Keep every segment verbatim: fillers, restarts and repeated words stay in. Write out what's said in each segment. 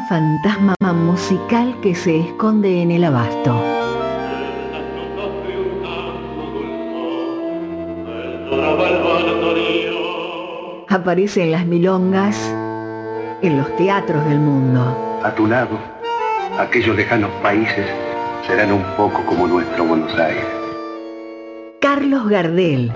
fantasma musical que se esconde en el abasto. Aparece en las milongas, en los teatros del mundo. A tu lado, aquellos lejanos países serán un poco como nuestro Buenos Aires. Carlos Gardel.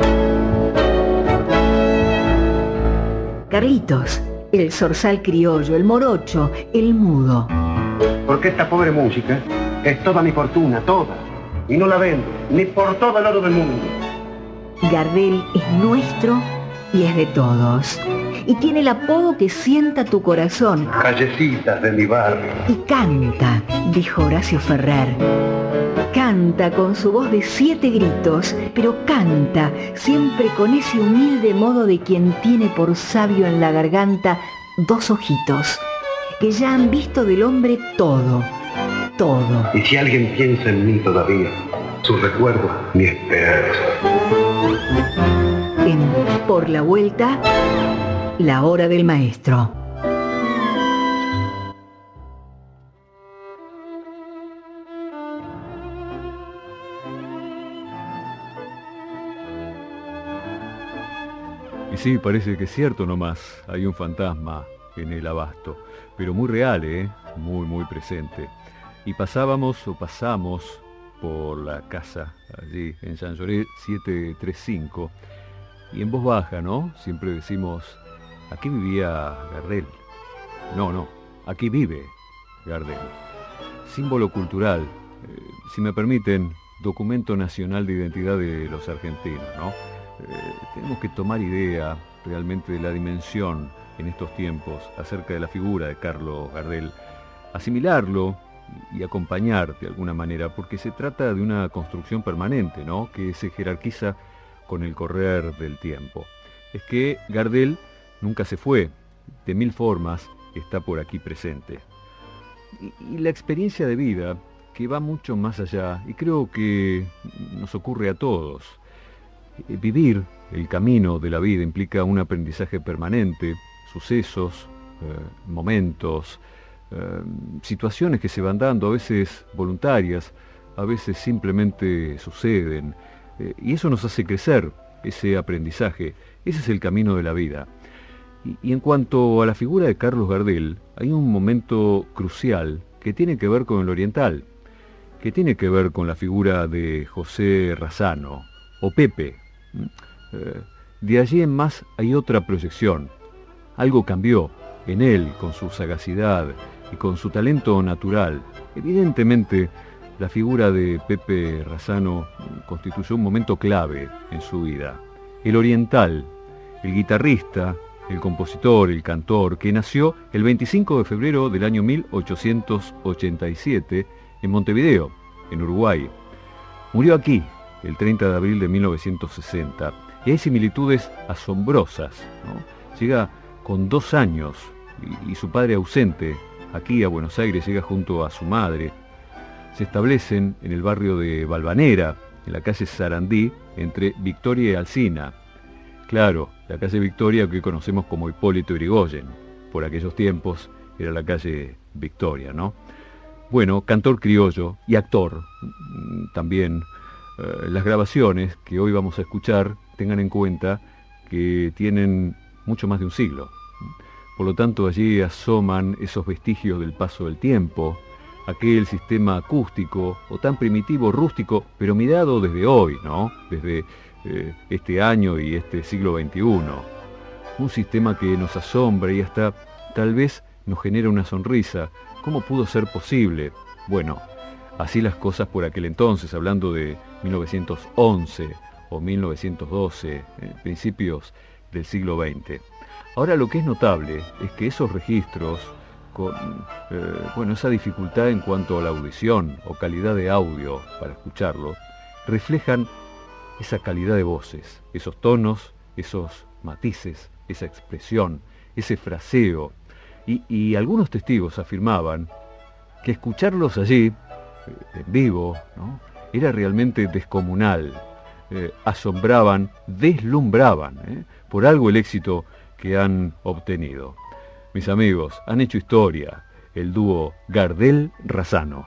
Carlitos, el zorzal criollo, el morocho, el mudo. Porque esta pobre música es toda mi fortuna, toda. Y no la vendo, ni por todo el oro del mundo. Gardel es nuestro y es de todos. Y tiene el apodo que sienta tu corazón. Callecitas de mi barrio. Y canta, dijo Horacio Ferrer. Canta con su voz de siete gritos, pero canta siempre con ese humilde modo de quien tiene por sabio en la garganta dos ojitos, que ya han visto del hombre todo, todo. Y si alguien piensa en mí todavía, su recuerdo, mi esperanza. En Por la Vuelta, la hora del maestro. Y sí, parece que es cierto nomás, hay un fantasma en el abasto, pero muy real, ¿eh? Muy, muy presente. Y pasábamos o pasamos por la casa, allí en Jean Jaurès setecientos treinta y cinco, y en voz baja, ¿no? Siempre decimos, aquí vivía Gardel. No, no, aquí vive Gardel. Símbolo cultural, eh, si me permiten, documento nacional de identidad de los argentinos, ¿no? Eh, tenemos que tomar idea realmente de la dimensión en estos tiempos acerca de la figura de Carlos Gardel, asimilarlo y acompañar de alguna manera, porque se trata de una construcción permanente, ¿no? Que se jerarquiza con el correr del tiempo. Es que Gardel nunca se fue, de mil formas está por aquí presente. Y, y la experiencia de vida, que va mucho más allá, y creo que nos ocurre a todos. Vivir el camino de la vida implica un aprendizaje permanente, sucesos, eh, momentos, eh, situaciones que se van dando, a veces voluntarias, a veces simplemente suceden, eh, y eso nos hace crecer, ese aprendizaje. Ese es el camino de la vida. Y, y en cuanto a la figura de Carlos Gardel, hay un momento crucial que tiene que ver con el oriental, que tiene que ver con la figura de José Razzano, o Pepe. Eh, de allí en más hay otra proyección. Algo cambió en él, con su sagacidad y con su talento natural. Evidentemente, la figura de Pepe Razzano constituyó un momento clave en su vida. El oriental, el guitarrista, el compositor, el cantor, que nació el veinticinco de febrero del año mil ochocientos ochenta y siete en Montevideo, en Uruguay. Murió aquí el treinta de abril de mil novecientos sesenta, y hay similitudes asombrosas, ¿no? Llega con dos años y, y su padre ausente, aquí a Buenos Aires, llega junto a su madre. Se establecen en el barrio de Valvanera, en la calle Sarandí, entre Victoria y Alsina. Claro, la calle Victoria que conocemos como Hipólito Yrigoyen, por aquellos tiempos era la calle Victoria, ¿no? Bueno, cantor criollo y actor también. Las grabaciones que hoy vamos a escuchar, tengan en cuenta que tienen mucho más de un siglo. Por lo tanto, allí asoman esos vestigios del paso del tiempo, aquel sistema acústico o tan primitivo, rústico, pero mirado desde hoy, ¿no? Desde eh, este año y este siglo veintiuno. Un sistema que nos asombra y hasta tal vez nos genera una sonrisa. ¿Cómo pudo ser posible? Bueno, así las cosas por aquel entonces, hablando de mil novecientos once o mil novecientos doce, eh, principios del siglo veinte. Ahora lo que es notable es que esos registros, con eh, bueno, esa dificultad en cuanto a la audición o calidad de audio para escucharlo, reflejan esa calidad de voces, esos tonos, esos matices, esa expresión, ese fraseo. Y, y algunos testigos afirmaban que escucharlos allí, en vivo, ¿no?, era realmente descomunal. Eh, asombraban, deslumbraban, ¿eh? por algo el éxito que han obtenido. Mis amigos, han hecho historia. el dúo Gardel-Razzano.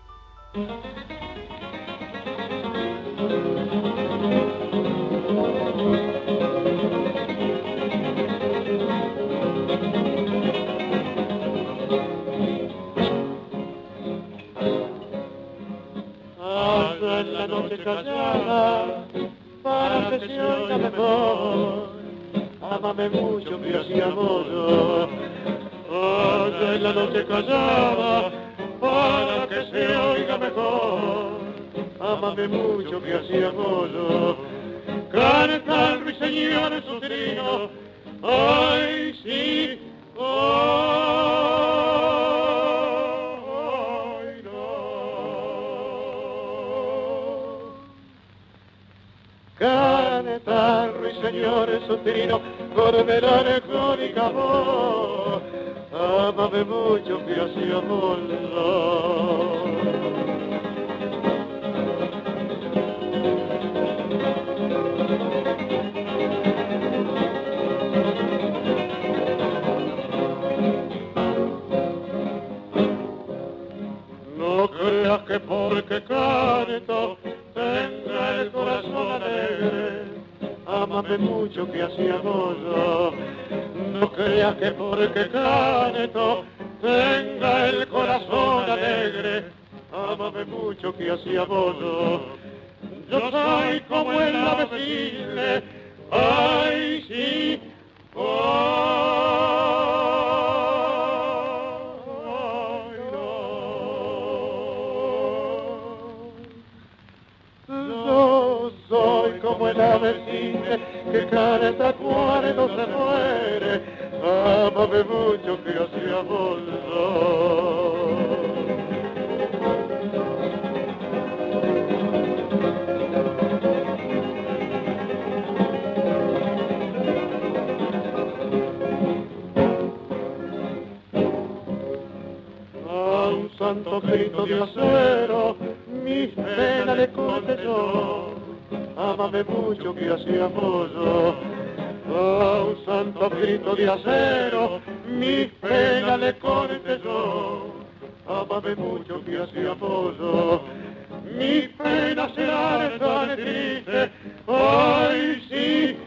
En la noche callada, para que se oiga mejor, ámame mucho que así amo yo. Allá en la noche callada, para que se oiga mejor, ámame mucho que así amo yo. Canta el ruiseñor en su trino, ay sí, ay no. Canta el ruiseñor en su trino, con melancólica voz, ámame mucho que así amo yo. No creas que porque canto tenga el corazón alegre, ámame mucho que así amo yo. No creas que porque canto tenga el corazón alegre, ámame mucho que así amo yo. Yo soy como el ave cisne, ay sí, ay no. Yo soy como el ave cisne que canta cuando se muere, ámame mucho que así amo yo. Santo grito de acero, mis penas le corte yo, ámame mucho que así amo yo. A un santo grito de acero, mis penas le corte yo, ámame mucho que así amo yo. Mis penas serán tan tristes, ay sí,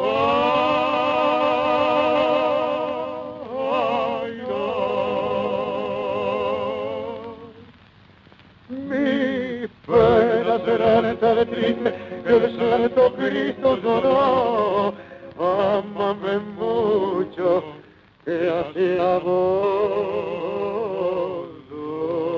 ay no. Mis penas serán tan tristes que el santo Cristo lloró, ámame mucho que así amo yo.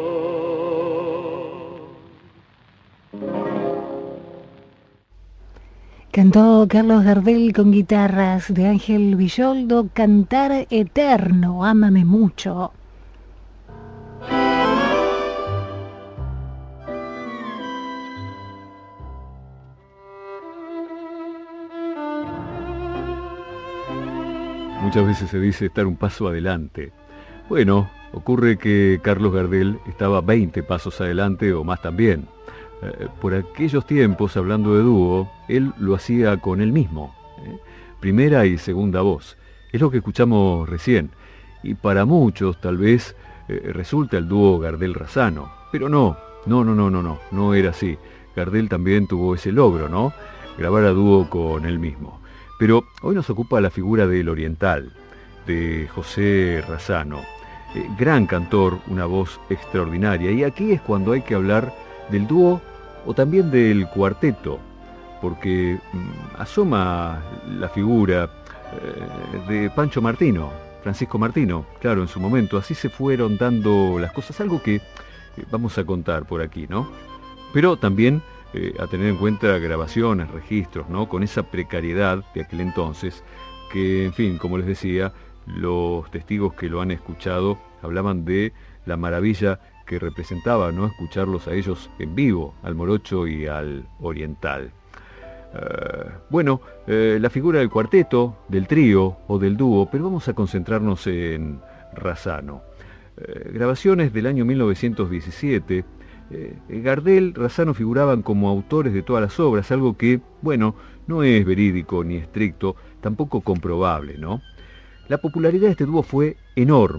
Cantó Carlos Gardel con guitarras de Ángel Villoldo, Cantar Eterno, ámame mucho. Muchas veces se dice estar un paso adelante. Bueno, ocurre que Carlos Gardel estaba veinte pasos adelante o más también. Eh, por aquellos tiempos, hablando de dúo, él lo hacía con él mismo. ¿eh? Primera y segunda voz. Es lo que escuchamos recién. Y para muchos, tal vez, eh, resulta el dúo Gardel-Razzano. Pero no, no, no, no, no, no, no era así. Gardel también tuvo ese logro, ¿no? Grabar a dúo con él mismo. Pero hoy nos ocupa la figura del oriental, de José Razzano. Eh, gran cantor, una voz extraordinaria. Y aquí es cuando hay que hablar del dúo o también del cuarteto, porque mmm, asoma la figura eh, de Pancho Martino, Francisco Martino, claro, en su momento. Así se fueron dando las cosas, algo que eh, vamos a contar por aquí, ¿no? Pero también Eh, a tener en cuenta grabaciones, registros, ¿no? Con esa precariedad de aquel entonces, que, en fin, como les decía, los testigos que lo han escuchado hablaban de la maravilla que representaba, ¿no? Escucharlos a ellos en vivo, al morocho y al oriental. Uh, bueno, eh, la figura del cuarteto, del trío o del dúo, pero vamos a concentrarnos en Razzano. Eh, grabaciones del año mil novecientos diecisiete. Eh, Gardel, Razzano figuraban como autores de todas las obras, algo que, bueno, no es verídico ni estricto, tampoco comprobable, ¿no? La popularidad de este dúo fue enorme,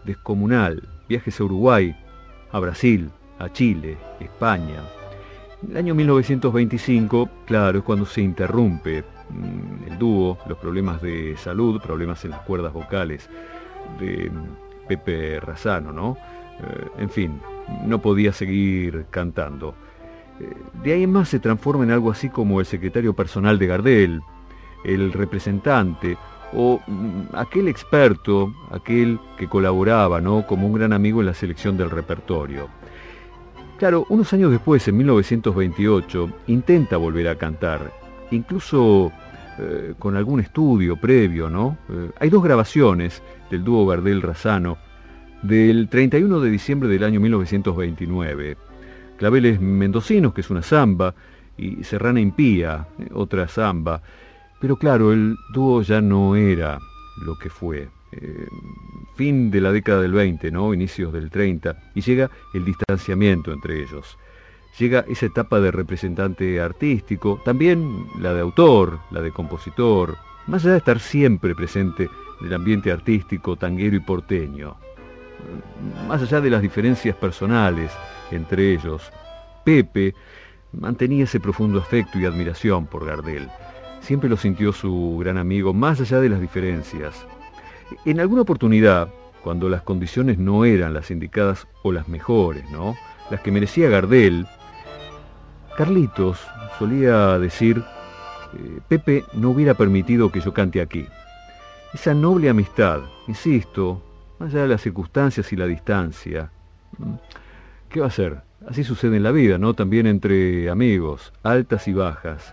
descomunal, viajes a Uruguay, a Brasil, a Chile, España. En el año mil novecientos veinticinco, claro, es cuando se interrumpe el dúo, los problemas de salud, problemas en las cuerdas vocales de Pepe Razzano, ¿no? Eh, en fin, no podía seguir cantando. Eh, de ahí en más se transforma en algo así como el secretario personal de Gardel, el representante, o mm, aquel experto, aquel que colaboraba, ¿no?, como un gran amigo en la selección del repertorio. Claro, unos años después, en mil novecientos veintiocho, intenta volver a cantar, incluso eh, con algún estudio previo, ¿no? Eh, hay dos grabaciones del dúo Gardel-Razzano del treinta y uno de diciembre del año mil novecientos veintinueve. Claveles Mendocinos, que es una samba, y Serrana Impía, eh, otra samba. Pero claro, el dúo ya no era lo que fue. Eh, fin de la década del veinte, ¿no?, inicios del treinta, y llega el distanciamiento entre ellos. Llega esa etapa de representante artístico, también la de autor, la de compositor, más allá de estar siempre presente en el ambiente artístico, tanguero y porteño. Más allá de las diferencias personales entre ellos, Pepe mantenía ese profundo afecto y admiración por Gardel. Siempre lo sintió su gran amigo, más allá de las diferencias. En alguna oportunidad, cuando las condiciones no eran las indicadas o las mejores, ¿no?, las que merecía Gardel, Carlitos solía decir, eh, Pepe no hubiera permitido que yo cante aquí. Esa noble amistad, insisto, más allá de las circunstancias y la distancia. ¿Qué va a ser? Así sucede en la vida, ¿no?, también entre amigos, altas y bajas.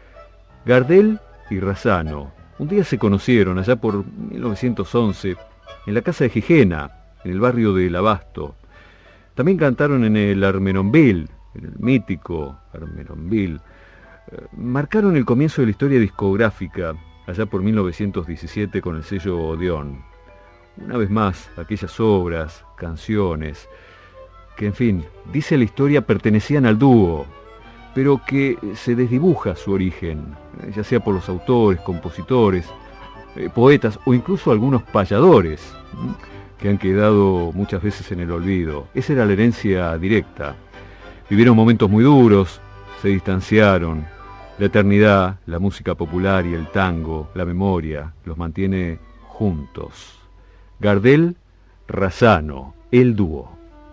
Gardel y Razzano un día se conocieron allá por mil novecientos once en la casa de Gijena, en el barrio del Abasto. También cantaron en el Armenonville, en el mítico Armenonville. Eh, marcaron el comienzo de la historia discográfica allá por mil novecientos diecisiete con el sello Odeón. Una vez más, aquellas obras, canciones, que en fin, dice la historia, pertenecían al dúo, pero que se desdibuja su origen, ya sea por los autores, compositores, eh, poetas o incluso algunos payadores, que han quedado muchas veces en el olvido. Esa era la herencia directa. Vivieron momentos muy duros, se distanciaron. La eternidad, la música popular y el tango, la memoria, los mantiene juntos. Gardel, Razzano, el dúo.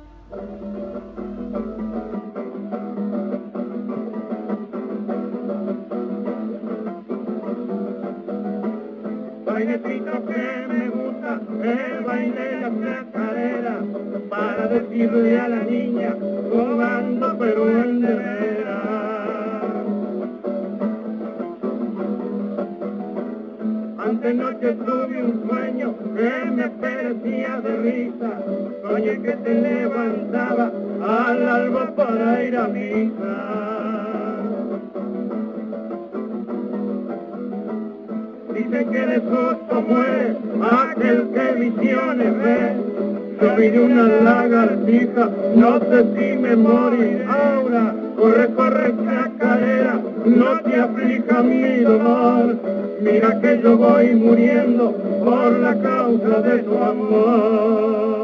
Bailecito que me gusta, el baile de la chacarera, para decirle a la niña, jugando pero en de veras. Antenoche tuve un sueño que me parecía de risa, soñé que te levantaba al alba para ir a misa. Dice que de susto muere aquel que visiones ve. Yo vi de una lagartija, no sé si me morí. Ahora, corre, corre, chacarera, no te aflija mi dolor. Mira que yo voy muriendo por la causa de tu amor.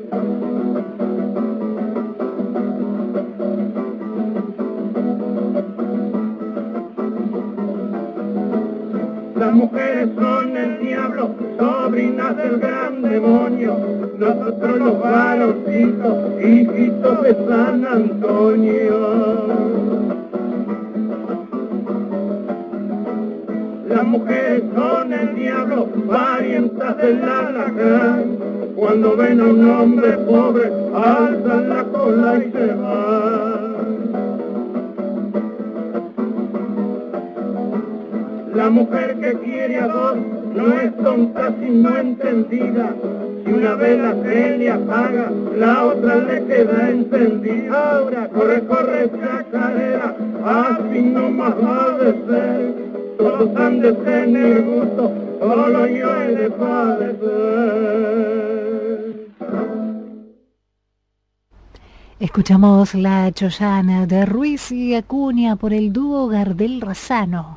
Las mujeres son el diablo, sobrinas del gran demonio. Nosotros los varoncitos, hijitos de San Antonio. Las mujeres son el diablo, parientas del alacrán. Cuando ven a un hombre pobre, alzan la cola y se van. La mujer que quiere a dos no es tonta sino entendida. Si una vela se le apaga, la otra le queda encendida. Ahora corre, corre, chacarera, así no más va de ser. Todos han de tener gusto, solo yo he de padecer. Escuchamos La Choyana de Ruiz y Acuña por el dúo Gardel-Razzano.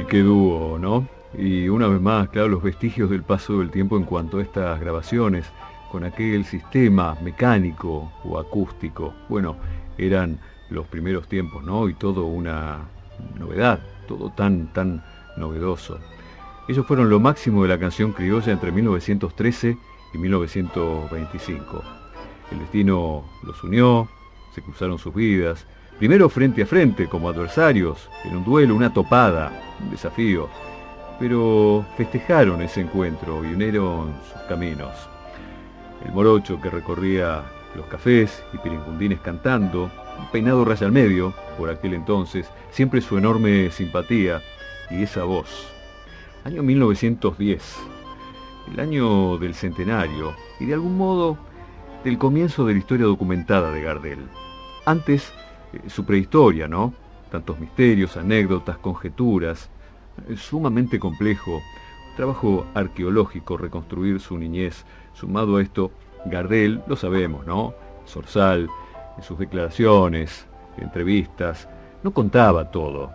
qué dúo, ¿no? Y una vez más, claro, los vestigios del paso del tiempo en cuanto a estas grabaciones, con aquel sistema mecánico o acústico. Bueno, eran los primeros tiempos, ¿no? Y todo una novedad, todo tan, tan novedoso. Ellos fueron lo máximo de la canción criolla entre mil novecientos trece y mil novecientos veinticinco. El destino los unió, se cruzaron sus vidas, primero frente a frente como adversarios, en un duelo, una topada, un desafío, pero festejaron ese encuentro y unieron sus caminos. El morocho que recorría los cafés y Pirincundines cantando, un peinado raya al medio, por aquel entonces, siempre su enorme simpatía y esa voz. Año mil novecientos diez, el año del centenario y de algún modo del comienzo de la historia documentada de Gardel. Antes, eh, su prehistoria, ¿no? Tantos misterios, anécdotas, conjeturas, eh, sumamente complejo, trabajo arqueológico, reconstruir su niñez. Sumado a esto, Gardel, lo sabemos, ¿no? Zorzal, en sus declaraciones, entrevistas, no contaba todo.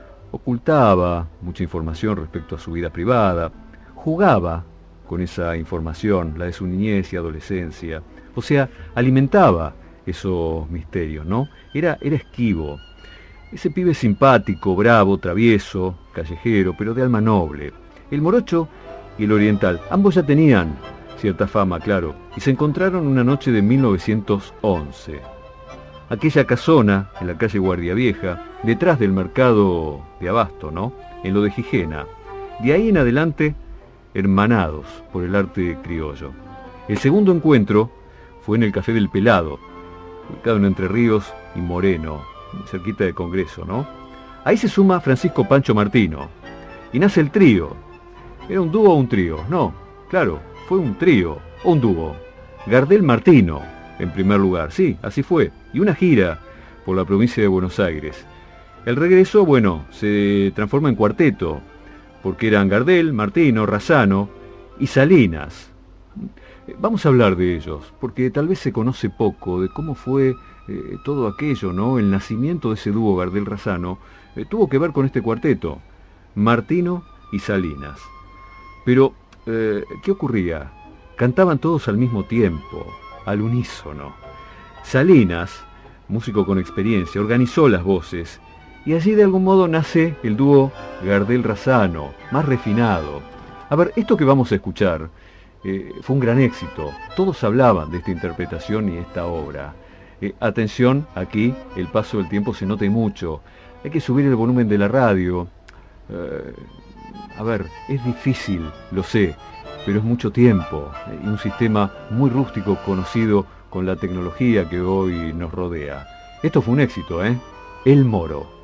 Ocultaba mucha información respecto a su vida privada, jugaba con esa información, la de su niñez y adolescencia, o sea, alimentaba esos misterios, ¿no? Era, era esquivo, ese pibe simpático, bravo, travieso, callejero, pero de alma noble. El morocho y el oriental, ambos ya tenían cierta fama, claro, y se encontraron una noche de mil novecientos once. Aquella casona, en la calle Guardia Vieja, detrás del mercado de Abasto, ¿no? En lo de Gijena. De ahí en adelante, hermanados por el arte criollo. El segundo encuentro fue en el Café del Pelado, ubicado en Entre Ríos y Moreno, cerquita de Congreso, ¿no? Ahí se suma Francisco Pancho Martino, y nace el trío. ¿Era un dúo o un trío? No, claro, fue un trío, o un dúo. Gardel Martino, en primer lugar, sí, así fue, y una gira por la provincia de Buenos Aires. El regreso, bueno, se transforma en cuarteto, porque eran Gardel, Martino, Razzano y Salinas. Vamos a hablar de ellos, porque tal vez se conoce poco de cómo fue eh, todo aquello, ¿no? El nacimiento de ese dúo Gardel-Razzano eh, tuvo que ver con este cuarteto, Martino y Salinas. Pero, eh, ¿qué ocurría? Cantaban todos al mismo tiempo, al unísono. Salinas, músico con experiencia, organizó las voces, y allí de algún modo nace el dúo Gardel-Razzano, más refinado. A ver, esto que vamos a escuchar eh, fue un gran éxito. Todos hablaban de esta interpretación y esta obra. Eh, atención, aquí el paso del tiempo se nota mucho. Hay que subir el volumen de la radio. Eh, a ver, es difícil, lo sé, pero es mucho tiempo eh, y un sistema muy rústico conocido con la tecnología que hoy nos rodea. Esto fue un éxito, ¿eh? El Moro.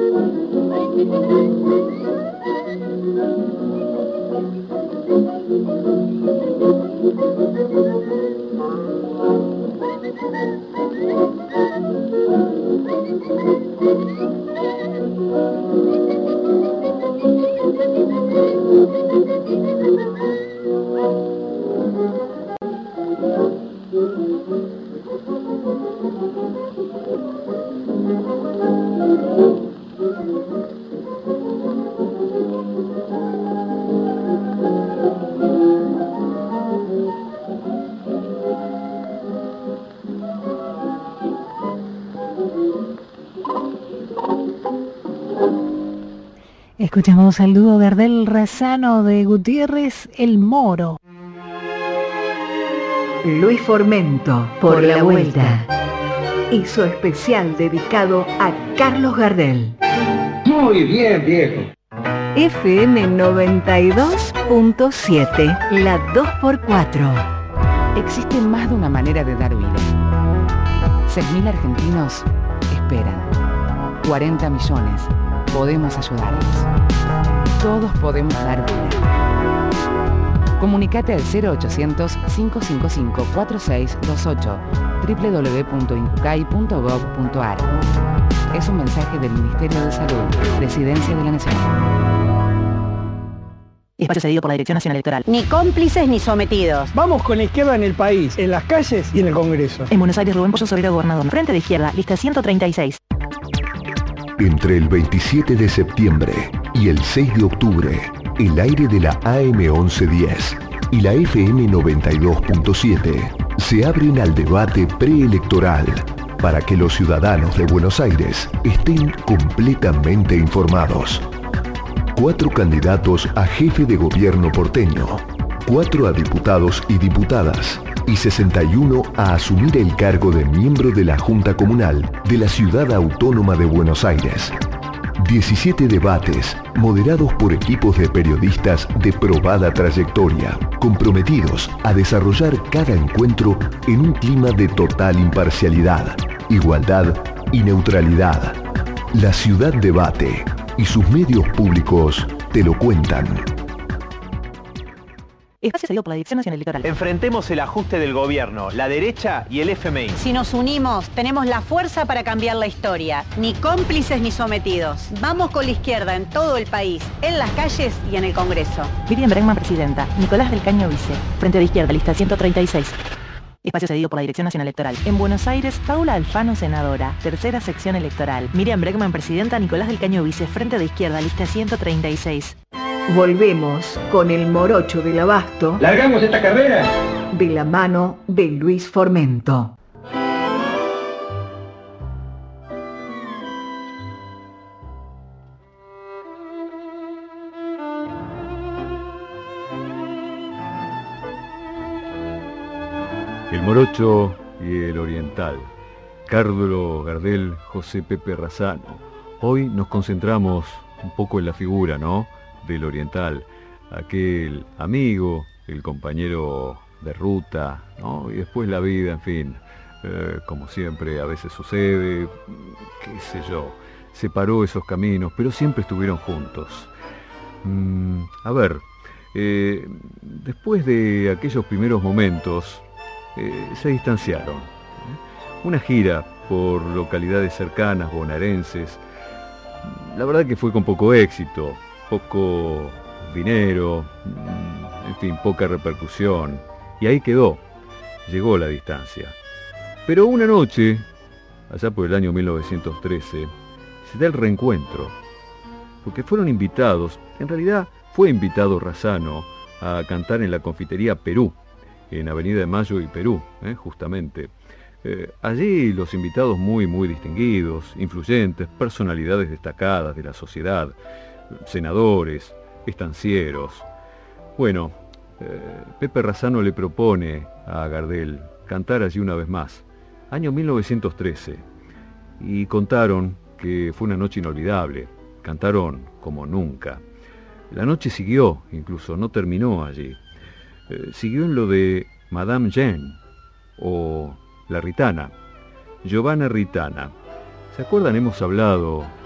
Escuchamos al dúo Gardel Razzano de Gutiérrez El Moro. Luis Formento, por la vuelta. Hizo especial dedicado a Carlos Gardel. Muy bien, viejo. F M noventa y dos punto siete, la dos por cuatro. Existe más de una manera de dar vida. seis mil argentinos esperan. cuarenta millones. Podemos ayudarlos. Todos podemos dar vida. Comunicate al cero ochocientos, cinco cinco cinco, cuatro seis dos ocho, doble u doble u doble u punto incucay punto gob punto ar. Es un mensaje del Ministerio de Salud, Presidencia de la Nación. Espacio cedido por la Dirección Nacional Electoral. Ni cómplices ni sometidos. Vamos con la izquierda en el país, en las calles y en el Congreso. En Buenos Aires, Rubén Pollo Sobrero, gobernador. Frente de Izquierda, lista ciento treinta y seis. Entre el veintisiete de septiembre y el seis de octubre, el aire de la A M once diez y la F M noventa y dos punto siete se abren al debate preelectoral para que los ciudadanos de Buenos Aires estén completamente informados. Cuatro candidatos a jefe de gobierno porteño, cuatro a diputados y diputadas, y sesenta y uno a asumir el cargo de miembro de la Junta Comunal de la Ciudad Autónoma de Buenos Aires. diecisiete debates moderados por equipos de periodistas de probada trayectoria, comprometidos a desarrollar cada encuentro en un clima de total imparcialidad, igualdad y neutralidad. La ciudad debate y sus medios públicos te lo cuentan. Espacio cedido por la Dirección Nacional Electoral. Enfrentemos el ajuste del gobierno, la derecha y el F M I. Si nos unimos, tenemos la fuerza para cambiar la historia. Ni cómplices ni sometidos. Vamos con la izquierda en todo el país, en las calles y en el Congreso. Miriam Bregman, presidenta. Nicolás del Caño, vice. Frente de Izquierda, lista ciento treinta y seis. Espacio cedido por la Dirección Nacional Electoral. En Buenos Aires, Paula Alfano, senadora. Tercera sección electoral. Miriam Bregman, presidenta. Nicolás del Caño, vice. Frente de Izquierda, lista ciento treinta y seis. Volvemos con el morocho del abasto. ¿Largamos esta carrera? De la mano de Luis Formento. El morocho y el oriental. Carlos Gardel, José Pepe Razzano. Hoy nos concentramos un poco en la figura, ¿no?, del oriental, aquel amigo, el compañero de ruta, ¿no?, y después la vida, en fin, eh, como siempre a veces sucede, qué sé yo, separó esos caminos, pero siempre estuvieron juntos. Mm, a ver, eh, después de aquellos primeros momentos, eh, se distanciaron. ¿eh? Una gira por localidades cercanas, bonaerenses, la verdad que fue con poco éxito, poco dinero, en fin, poca repercusión, y ahí quedó, llegó la distancia. Pero una noche, allá por el año mil novecientos trece, se da el reencuentro, porque fueron invitados, en realidad fue invitado Razzano a cantar en la confitería Perú, en Avenida de Mayo y Perú, ¿eh? justamente. Eh, allí los invitados muy, muy distinguidos, influyentes, personalidades destacadas de la sociedad, senadores, estancieros. Bueno, eh, Pepe Razzano le propone a Gardel cantar allí una vez más, año mil novecientos trece, y contaron que fue una noche inolvidable, cantaron como nunca. La noche siguió, incluso no terminó allí, eh, siguió en lo de Madame Jeanne, o La Ritana, Giovanna Ritana. ¿Se acuerdan? Hemos hablado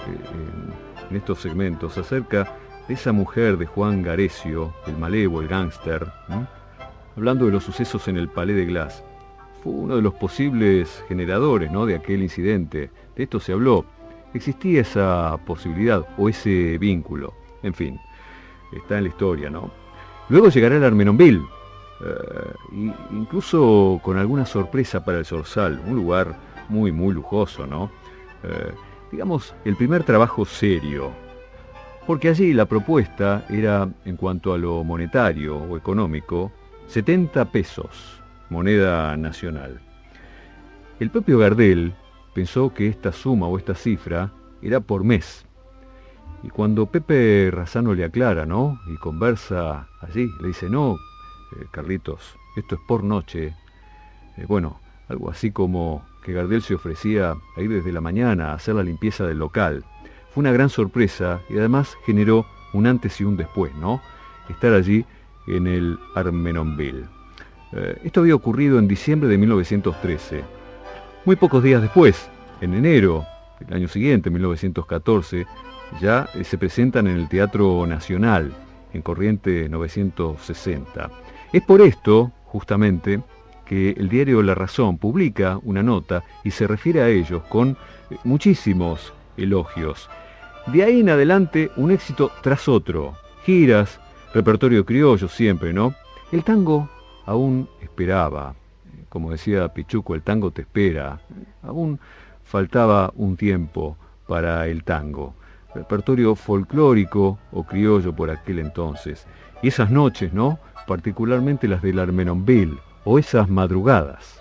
en, en estos segmentos acerca de esa mujer de Juan Garecio, el malevo, el gángster, ¿eh? Hablando de los sucesos en el Palais de Glace. Fue uno de los posibles generadores, ¿no?, de aquel incidente. De esto se habló. Existía esa posibilidad o ese vínculo. En fin, está en la historia, ¿no? Luego llegará el Armenonville, eh, y incluso con alguna sorpresa para el Zorzal, un lugar muy, muy lujoso, ¿no? Eh, digamos, el primer trabajo serio. Porque allí la propuesta era, en cuanto a lo monetario o económico, setenta pesos, moneda nacional. El propio Gardel pensó que esta suma o esta cifra era por mes. Y cuando Pepe Razzano le aclara, ¿no?, y conversa allí, le dice, no, eh, Carlitos, esto es por noche. Eh, bueno, algo así como que Gardel se ofrecía a ir desde la mañana a hacer la limpieza del local. Fue una gran sorpresa y además generó un antes y un después, ¿no? Estar allí en el Armenonville. Eh, esto había ocurrido en diciembre de mil novecientos trece. Muy pocos días después, en enero del año siguiente, mil novecientos catorce, ya eh, se presentan en el Teatro Nacional, en Corrientes novecientos sesenta. Es por esto, justamente, que el diario La Razón publica una nota y se refiere a ellos con eh, muchísimos elogios. De ahí en adelante, un éxito tras otro. Giras, repertorio criollo siempre, ¿no? El tango aún esperaba. Como decía Pichuco, el tango te espera. Aún faltaba un tiempo para el tango. Repertorio folclórico o criollo por aquel entonces. Y esas noches, ¿no? Particularmente las del Armenonville, o esas madrugadas.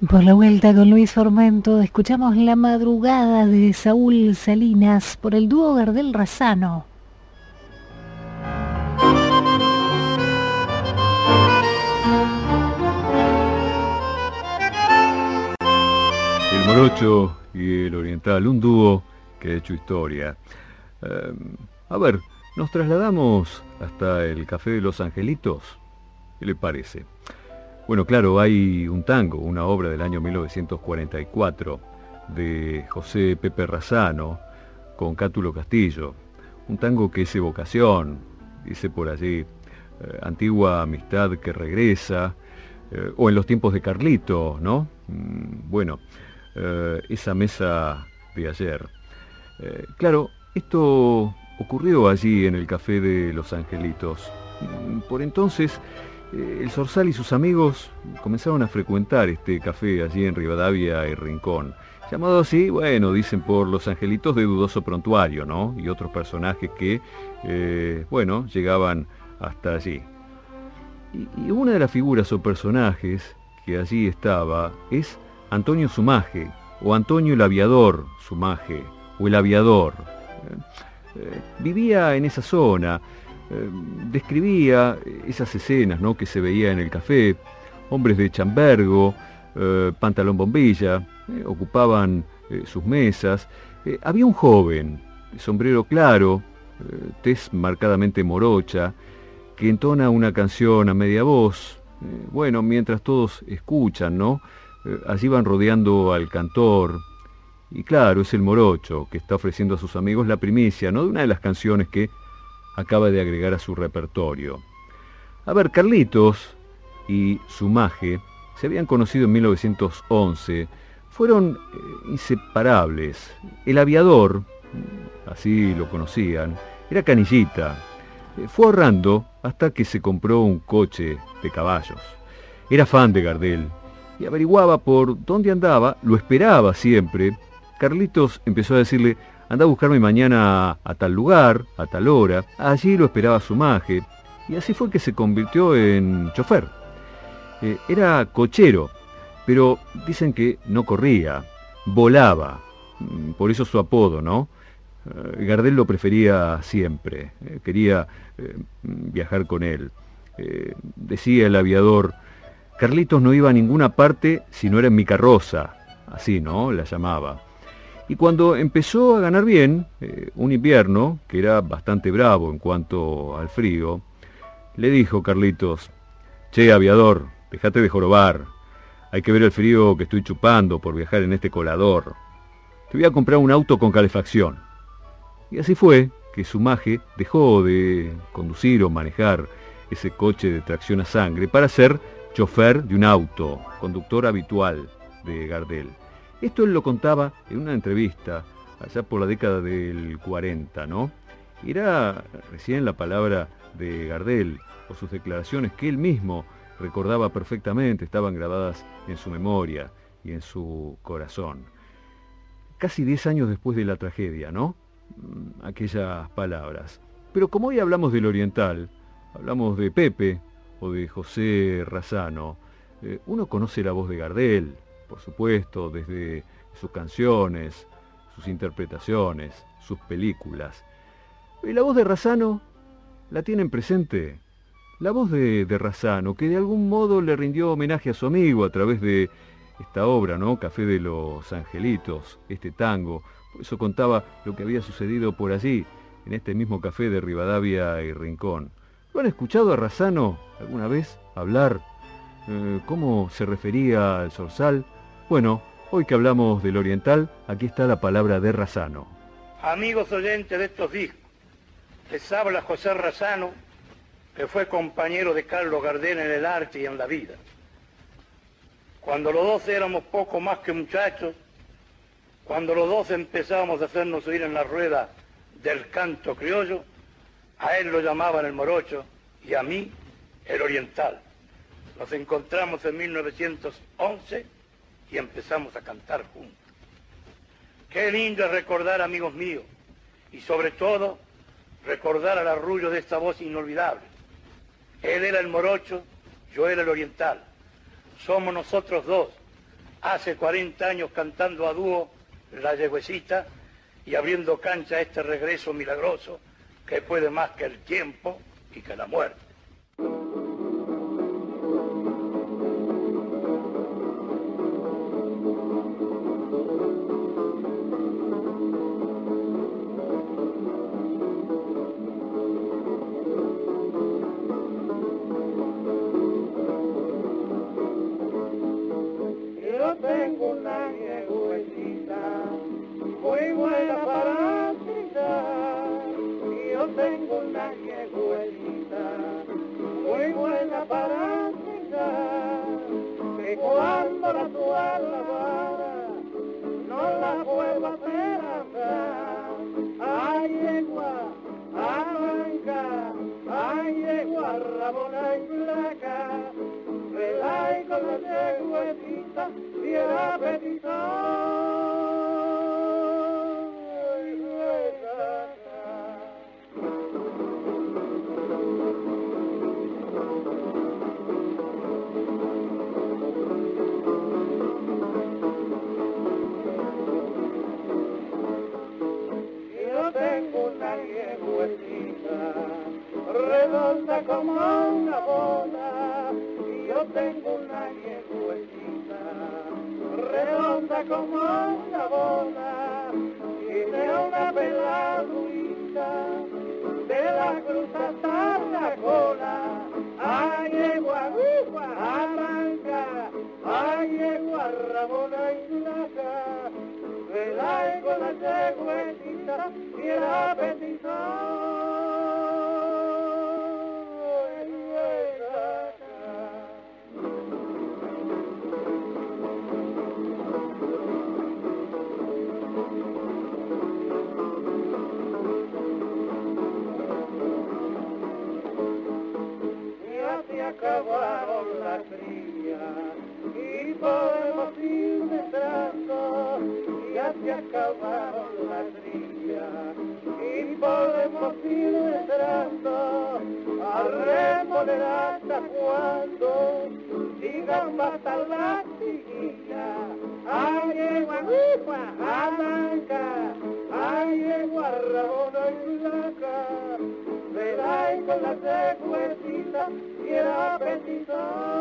Por la vuelta con Luis Formento, escuchamos La Madrugada de Saúl Salinas por el dúo Gardel-Razzano. El Morocho y el Oriental, un dúo que ha hecho historia. Eh, a ver, nos trasladamos hasta el Café de los Angelitos. ¿Qué le parece? Bueno, claro, hay un tango, una obra del año mil novecientos cuarenta y cuatro de José Pepe Razzano con Cátulo Castillo. Un tango que es evocación, dice por allí, eh, antigua amistad que regresa, eh, o en los tiempos de Carlito, ¿no? Mm, bueno, eh, esa mesa de ayer. Eh, claro, esto ocurrió allí en el Café de los Angelitos. Mm, por entonces, el Zorzal y sus amigos comenzaron a frecuentar este café allí en Rivadavia y Rincón, llamado así, bueno, dicen por los angelitos de dudoso prontuario, ¿no? Y otros personajes que, eh, bueno, llegaban hasta allí. Y, y una de las figuras o personajes que allí estaba es Antonio Sumaje, o Antonio el Aviador Sumaje, o el Aviador. Eh, eh, vivía en esa zona. Eh, describía esas escenas, ¿no?, que se veía en el café, hombres de chambergo, eh, pantalón bombilla, eh, ocupaban eh, sus mesas. Eh, había un joven, sombrero claro, eh, tez marcadamente morocha, que entona una canción a media voz. Eh, bueno, mientras todos escuchan, ¿no? Eh, allí van rodeando al cantor. Y claro, es el Morocho que está ofreciendo a sus amigos la primicia, ¿no?, de una de las canciones que acaba de agregar a su repertorio. A ver, Carlitos y Sumaje se habían conocido en mil novecientos once, fueron eh, inseparables. El Aviador, así lo conocían, era canillita. Eh, fue ahorrando hasta que se compró un coche de caballos. Era fan de Gardel y averiguaba por dónde andaba, lo esperaba siempre. Carlitos empezó a decirle: anda a buscarme mañana a, a tal lugar, a tal hora. Allí lo esperaba Sumaje, y así fue que se convirtió en chofer. Eh, era cochero, pero dicen que no corría, volaba, por eso su apodo, ¿no? Eh, Gardel lo prefería siempre, eh, quería eh, viajar con él. Eh, decía el Aviador: Carlitos no iba a ninguna parte si no era en mi carroza, así, ¿no?, la llamaba. Y cuando empezó a ganar bien, eh, un invierno, que era bastante bravo en cuanto al frío, le dijo Carlitos: che, Aviador, dejate de jorobar. Hay que ver el frío que estoy chupando por viajar en este colador. Te voy a comprar un auto con calefacción. Y así fue que Sumaje dejó de conducir o manejar ese coche de tracción a sangre para ser chofer de un auto, conductor habitual de Gardel. Esto él lo contaba en una entrevista allá por la década del cuarenta, ¿no? Era recién la palabra de Gardel, o sus declaraciones que él mismo recordaba perfectamente, estaban grabadas en su memoria y en su corazón. Casi diez años después de la tragedia, ¿no? Aquellas palabras. Pero como hoy hablamos del Oriental, hablamos de Pepe o de José Razzano, eh, uno conoce la voz de Gardel, por supuesto, desde sus canciones, sus interpretaciones, sus películas. Y la voz de Razzano la tienen presente. La voz de, de Razzano, que de algún modo le rindió homenaje a su amigo a través de esta obra, ¿no?, Café de los Angelitos, este tango. Por eso contaba lo que había sucedido por allí, en este mismo café de Rivadavia y Rincón. ¿Lo han escuchado a Razzano alguna vez hablar? Eh, ¿Cómo se refería al Zorzal? Bueno, hoy que hablamos del Oriental, aquí está la palabra de Razzano. Amigos oyentes de estos discos, les habla José Razzano, que fue compañero de Carlos Gardel en el arte y en la vida. Cuando los dos éramos poco más que muchachos, cuando los dos empezábamos a hacernos oír en la rueda del canto criollo, a él lo llamaban el Morocho y a mí el Oriental. Nos encontramos en mil novecientos once y empezamos a cantar juntos. Qué lindo es recordar, amigos míos, y sobre todo recordar al arrullo de esta voz inolvidable. Él era el Morocho, yo era el Oriental. Somos nosotros dos, hace cuarenta años cantando a dúo La Yegüecita y abriendo cancha a este regreso milagroso que puede más que el tiempo y que la muerte. Yo tengo una yegüecita muy buena para trizar. Yo tengo una yegüecita muy buena para trizar, que cuando la suela vara no la puedo hacer andar. Ay, yegua, arranca, ay, yegua, rabona y flaca, velay con la yegüecita y el apetito. Yo tengo una yegüecita redonda como una bola. Yo tengo una yegüecita redonda como una bola. Tiene una peladita de la cruz hasta la cola. Ay, yegua, yegua, arranca, ay, yegua, rabona y flaca, velay con la yegüecita y el apetito. Acabaron la cría y podemos ir detrás, ya se acabaron la cría y podemos ir detrás, a remoler hasta cuando digan basta la chiquilla. Ay, yegua, yegua, arranca, ay, yegua, rabona y flaca, velay con la yegüecita y el apetito.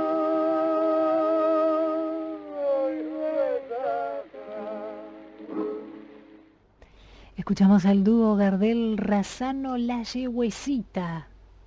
Escuchamos al dúo Gardel Razzano, La Yegüecita.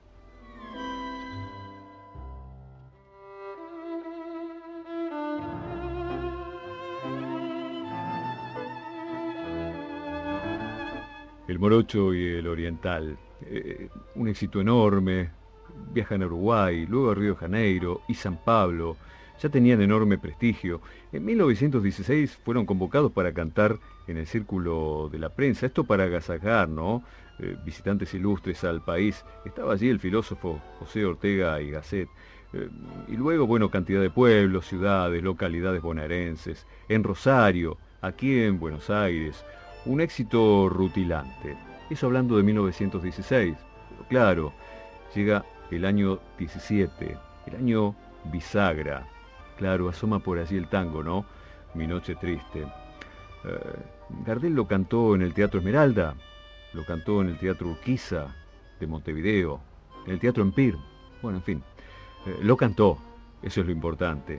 El Morocho y el Oriental, eh, un éxito enorme. Viajan a Uruguay, luego a Río de Janeiro y San Pablo. Ya tenían enorme prestigio. En mil novecientos dieciséis fueron convocados para cantar en el Círculo de la Prensa. Esto para agasajar, ¿no? Eh, visitantes ilustres al país. Estaba allí el filósofo José Ortega y Gasset. Eh, y luego, bueno, cantidad de pueblos, ciudades, localidades bonaerenses. En Rosario, aquí en Buenos Aires. Un éxito rutilante. Eso hablando de mil novecientos dieciséis. Pero claro, llega el año diecisiete, el año bisagra. Claro, asoma por allí el tango, ¿no? Mi noche triste. Eh, Gardel lo cantó en el Teatro Esmeralda, lo cantó en el Teatro Urquiza de Montevideo, en el Teatro Empire. Bueno, en fin, eh, lo cantó, eso es lo importante.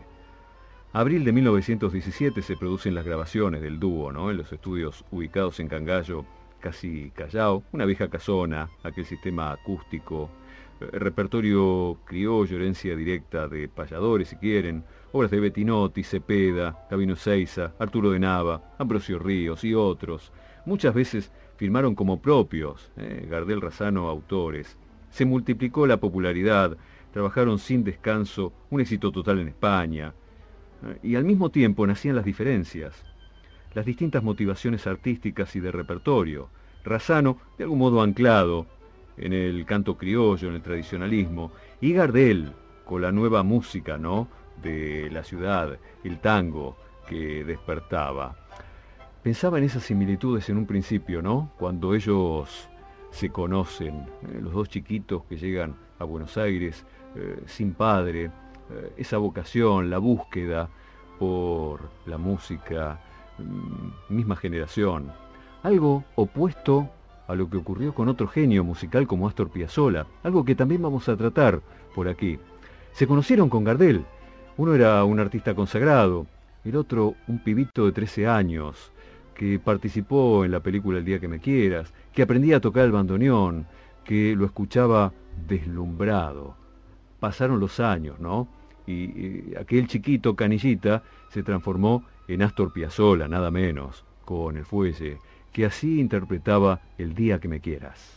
Abril de mil novecientos diecisiete se producen las grabaciones del dúo, ¿no? En los estudios ubicados en Cangallo, casi Callao, una vieja casona, aquel sistema acústico, eh, repertorio criollo, herencia directa de payadores, si quieren, obras de Bettinotti, Cepeda, Gabino Seiza, Arturo de Nava, Ambrosio Ríos y otros. Muchas veces firmaron como propios, eh, Gardel Razzano autores. Se multiplicó la popularidad, trabajaron sin descanso, un éxito total en España. Eh, y al mismo tiempo nacían las diferencias, las distintas motivaciones artísticas y de repertorio. Razzano, de algún modo anclado en el canto criollo, en el tradicionalismo, y Gardel, con la nueva música, ¿no?, de la ciudad, el tango que despertaba. Pensaba en esas similitudes en un principio, ¿no?, cuando ellos se conocen, eh, los dos chiquitos que llegan a Buenos Aires eh, sin padre, eh, esa vocación, la búsqueda, por la música, misma generación. Algo opuesto a lo que ocurrió con otro genio musical como Astor Piazzolla, algo que también vamos a tratar por aquí. Se conocieron con Gardel. Uno era un artista consagrado, el otro un pibito de trece años, que participó en la película El día que me quieras, que aprendía a tocar el bandoneón, que lo escuchaba deslumbrado. Pasaron los años, ¿no? Y, y aquel chiquito canillita se transformó en Astor Piazzolla, nada menos, con El Fuelle, que así interpretaba El día que me quieras.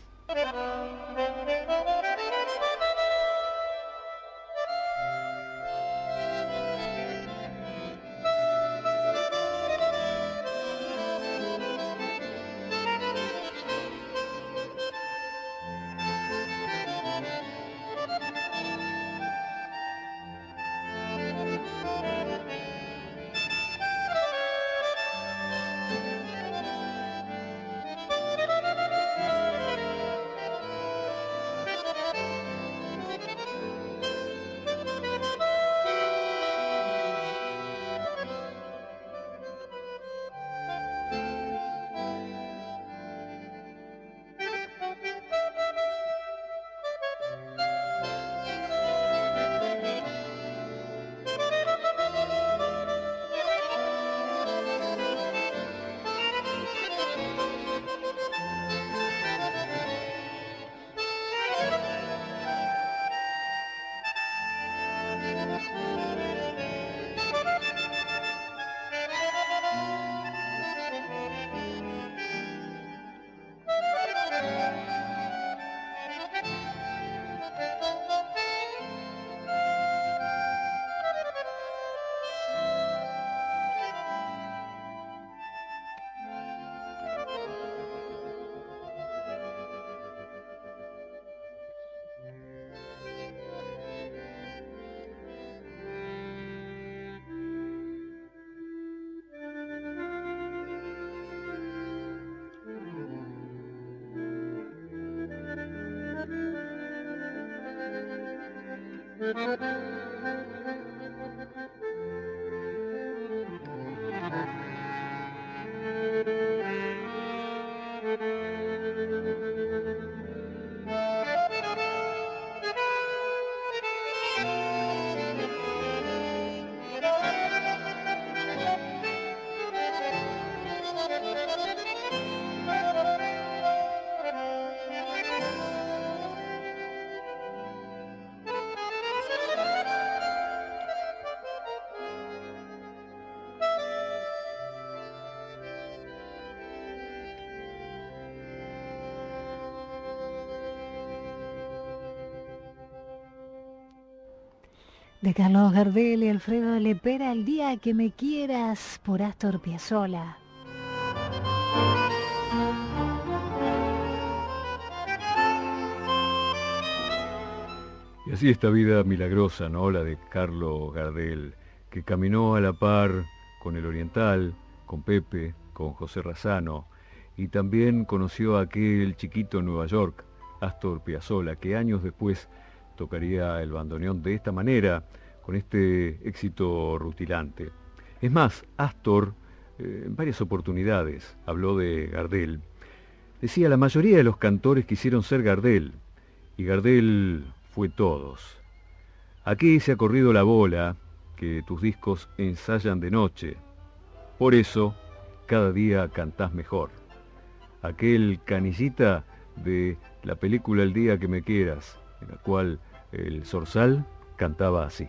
De Carlos Gardel y Alfredo Lepera, El día que me quieras, por Astor Piazzolla. Y así esta vida milagrosa, ¿no? La de Carlos Gardel, que caminó a la par con el Oriental, con Pepe, con José Razzano, y también conoció a aquel chiquito en Nueva York, Astor Piazzolla, que años después tocaría el bandoneón de esta manera, con este éxito rutilante. Es más, Astor, eh, en varias oportunidades, habló de Gardel. Decía, la mayoría de los cantores quisieron ser Gardel, y Gardel fue todos. Aquí se ha corrido la bola, que tus discos ensayan de noche. Por eso, cada día cantás mejor. Aquel canillita de la película El día que me quieras, en la cual el Zorzal cantaba así.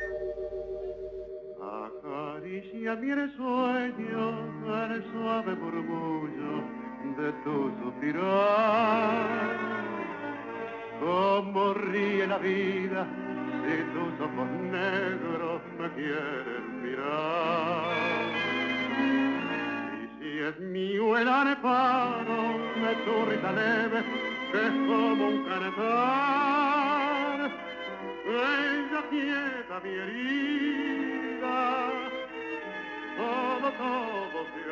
Acaricia mi sueño el suave murmullo de tu suspirar. Como ríe la vida si tus ojos negros me quieren mirar. Y si es mío el areparo de tu risa leve, que es como un canetar, ella quieta mi herida, todo, todo se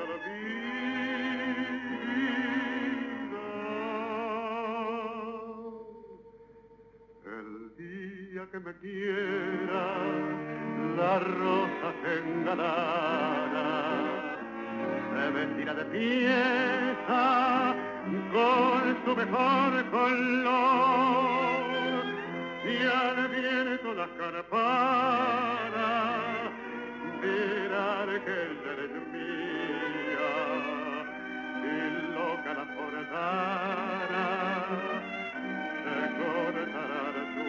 olvida. El día que me quiera, la rosa se engalara, se vestirá de pieza con su mejor color, y al viento las campanas dirán que ella es mía, y loca la portara se cortará de su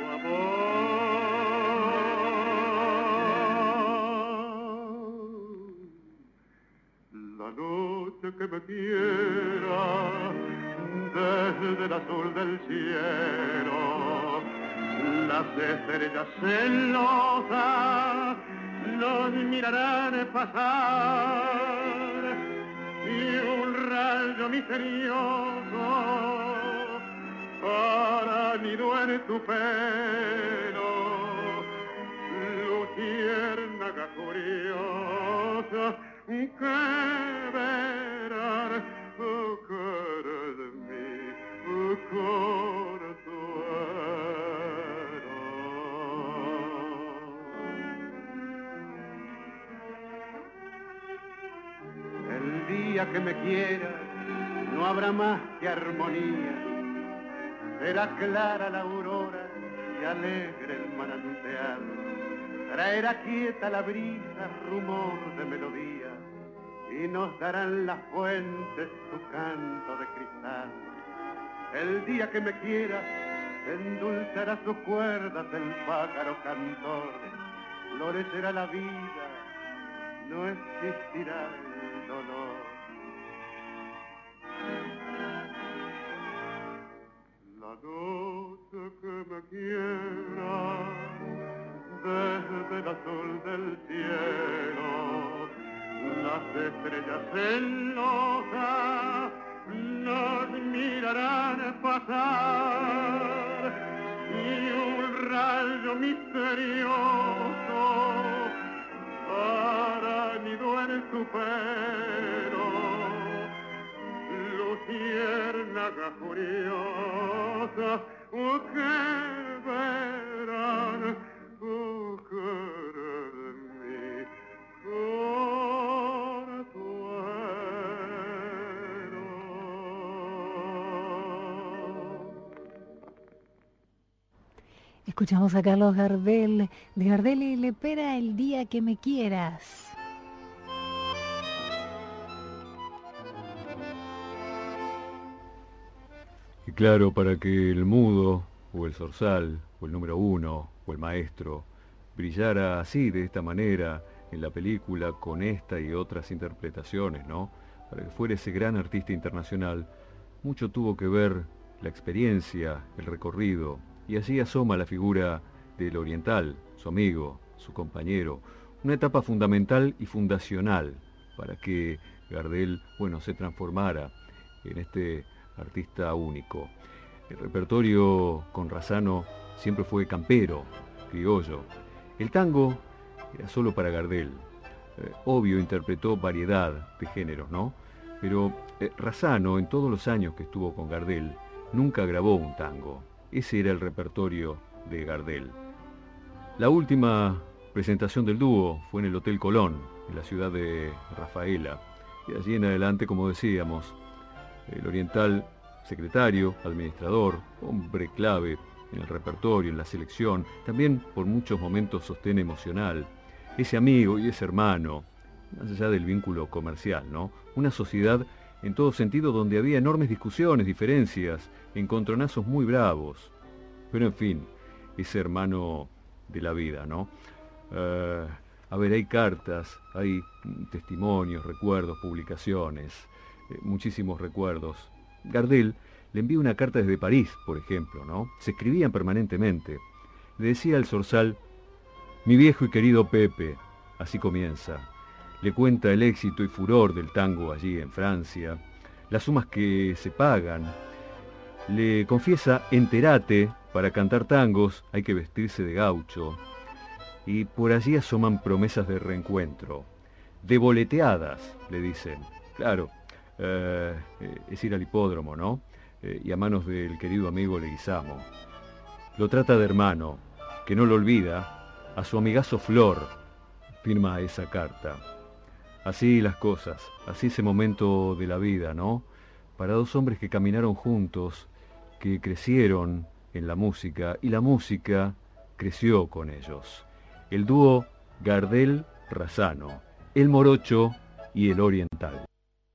amor. La noche que me quiera, desde el azul del cielo, las estrellas celosas los mirarán pasar, y un rayo misterioso para nido en tu pelo, luciérnaga curiosa, que verán, oh, cara de mí, oh, consuelo. El día que me quieras no habrá más que armonía, será clara la aurora y alegre el manantial, traerá quieta la brisa rumor de melodía, y nos darán las fuentes su canto de cristal. El día que me quiera endulzará sus cuerdas el pájaro cantor, florecerá la vida, no existirá el dolor. La noche que me quiera, desde el azul del cielo, las estrellas celosas nos mirarán pasar, y un rayo misterioso para nido en su pelo, luciérnaga furiosa, oh, que verán, oh, cara de mí, consuelo. Escuchamos a Carlos Gardel, de Gardel y Lepera, El día que me quieras. Y claro, para que el mudo, o el zorzal, o el número uno, o el maestro, brillara así, de esta manera, en la película, con esta y otras interpretaciones, ¿no? Para que fuera ese gran artista internacional, mucho tuvo que ver la experiencia, el recorrido, y así asoma la figura del oriental, su amigo, su compañero, una etapa fundamental y fundacional para que Gardel, bueno, se transformara en este artista único. El repertorio con Razzano siempre fue campero, criollo. El tango era solo para Gardel. Eh, obvio, interpretó variedad de géneros, ¿no? Pero eh, Razzano, en todos los años que estuvo con Gardel, nunca grabó un tango. Ese era el repertorio de Gardel. La última presentación del dúo fue en el Hotel Colón, en la ciudad de Rafaela. Y allí en adelante, como decíamos, el oriental, secretario, administrador, hombre clave en el repertorio, en la selección, también por muchos momentos sostén emocional, ese amigo y ese hermano, más allá del vínculo comercial, ¿no? Una sociedad en todo sentido donde había enormes discusiones, diferencias, encontronazos muy bravos, pero en fin, ese hermano de la vida, ¿no? Uh, a ver, hay cartas, hay testimonios, recuerdos, publicaciones, eh, muchísimos recuerdos. Gardel le envía una carta desde París, por ejemplo, ¿no? Se escribían permanentemente. Le decía al zorzal: mi viejo y querido Pepe, así comienza. Le cuenta el éxito y furor del tango allí en Francia, las sumas que se pagan. Le confiesa: enterate, para cantar tangos hay que vestirse de gaucho. Y por allí asoman promesas de reencuentro. De boleteadas, le dicen. Claro, eh, es ir al hipódromo, ¿no? Eh, y a manos del querido amigo Leguizamo. Lo trata de hermano, que no lo olvida, a su amigazo Flor, firma esa carta. Así las cosas, así ese momento de la vida, ¿no? Para dos hombres que caminaron juntos, que crecieron en la música, y la música creció con ellos. El dúo Gardel-Razzano, el morocho y el oriental.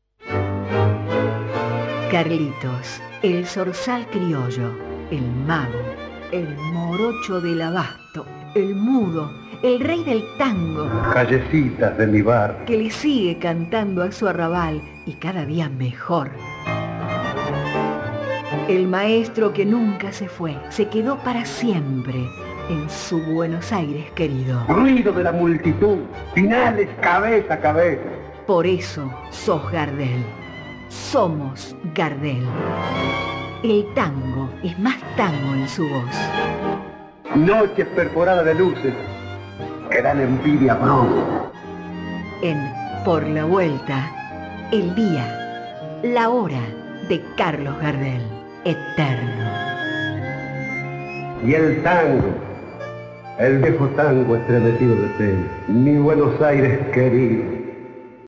Carlitos, el zorzal criollo, el mago, el morocho del abasto, el mudo, el rey del tango. Callecitas de mi bar. Que le sigue cantando a su arrabal y cada día mejor. El maestro que nunca se fue, se quedó para siempre en su Buenos Aires querido. Ruido de la multitud, finales cabeza a cabeza. Por eso sos Gardel. Somos Gardel. El tango es más tango en su voz. Noches perforadas de luces que dan envidia pronto. En Por la Vuelta, el día, la hora de Carlos Gardel, eterno. Y el tango, el viejo tango estremecido de pena, mi Buenos Aires querido.